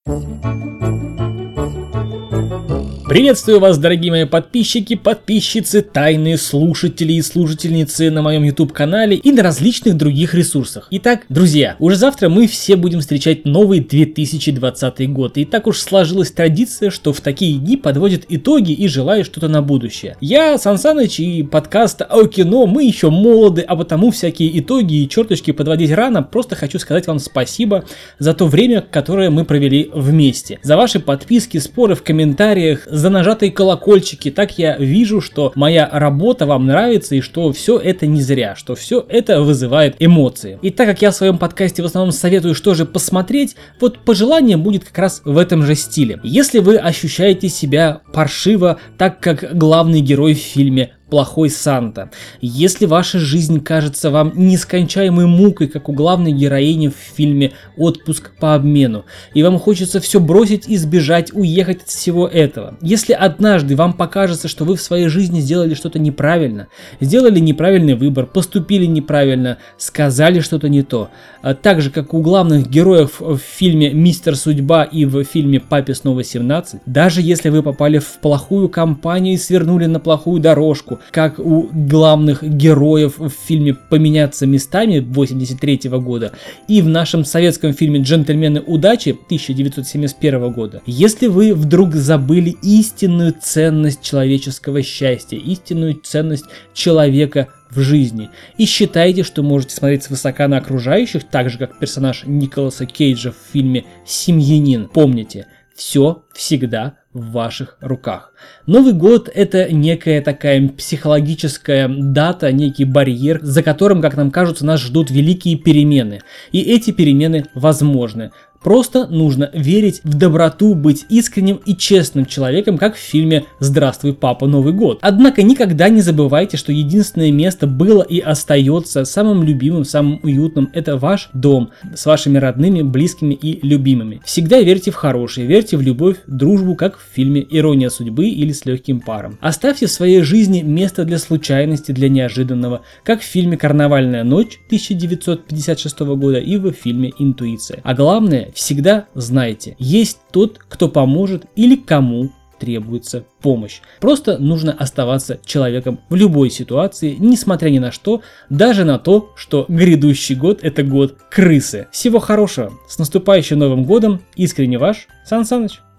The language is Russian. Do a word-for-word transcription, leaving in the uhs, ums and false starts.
Приветствую вас, дорогие мои подписчики, подписчицы, тайные слушатели и слушательницы на моем YouTube-канале и на различных других ресурсах. Итак, друзья, уже завтра мы все будем встречать новый две тысячи двадцатый год. И так уж сложилась традиция, что в такие дни подводят итоги и желают что-то на будущее. Я, Сан Саныч, и подкаст о кино, мы еще молоды, а потому всякие итоги и черточки подводить рано. Просто хочу сказать вам спасибо за то время, которое мы провели вместе. За ваши подписки, споры в комментариях, за нажатые колокольчики. Так я вижу, что моя работа вам нравится и что все это не зря, что все это вызывает эмоции. И так как я в своем подкасте в основном советую, что же посмотреть, вот пожелание будет как раз в этом же стиле. Если вы ощущаете себя паршиво, так как главный герой в фильме «Плохой Санта», если ваша жизнь кажется вам нескончаемой мукой, как у главной героини в фильме «Отпуск по обмену», и вам хочется все бросить и сбежать, уехать от всего этого, если однажды вам покажется, что вы в своей жизни сделали что-то неправильно, сделали неправильный выбор, поступили неправильно, сказали что-то не то, так же, как у главных героев в фильме «Мистер Судьба» и в фильме «Папе снова семнадцать», даже если вы попали в плохую компанию и свернули на плохую дорожку, как у главных героев в фильме «Поменяться местами» восемьдесят третьего года и в нашем советском фильме «Джентльмены удачи» тысяча девятьсот семьдесят первого года. Если вы вдруг забыли истинную ценность человеческого счастья, истинную ценность человека в жизни и считаете, что можете смотреть свысока на окружающих, так же как персонаж Николаса Кейджа в фильме «Семьянин», помните, все всегда в ваших руках. Новый год — это некая такая психологическая дата, некий барьер, за которым, как нам кажется, нас ждут великие перемены. И эти перемены возможны. Просто нужно верить в доброту, быть искренним и честным человеком, как в фильме «Здравствуй, папа, Новый год». Однако никогда не забывайте, что единственное место было и остается самым любимым, самым уютным. Это ваш дом с вашими родными, близкими и любимыми. Всегда верьте в хорошее, верьте в любовь, дружбу, как в фильме «Ирония судьбы» или «С легким паром». Оставьте в своей жизни место для случайности, для неожиданного, как в фильме «Карнавальная ночь» тысяча девятьсот пятьдесят шестого года и в фильме «Интуиция». А главное, всегда знайте, есть тот, кто поможет или кому требуется помощь. Просто нужно оставаться человеком в любой ситуации, несмотря ни на что, даже на то, что грядущий год — это год крысы. Всего хорошего, с наступающим Новым годом, искренне ваш Сан Саныч.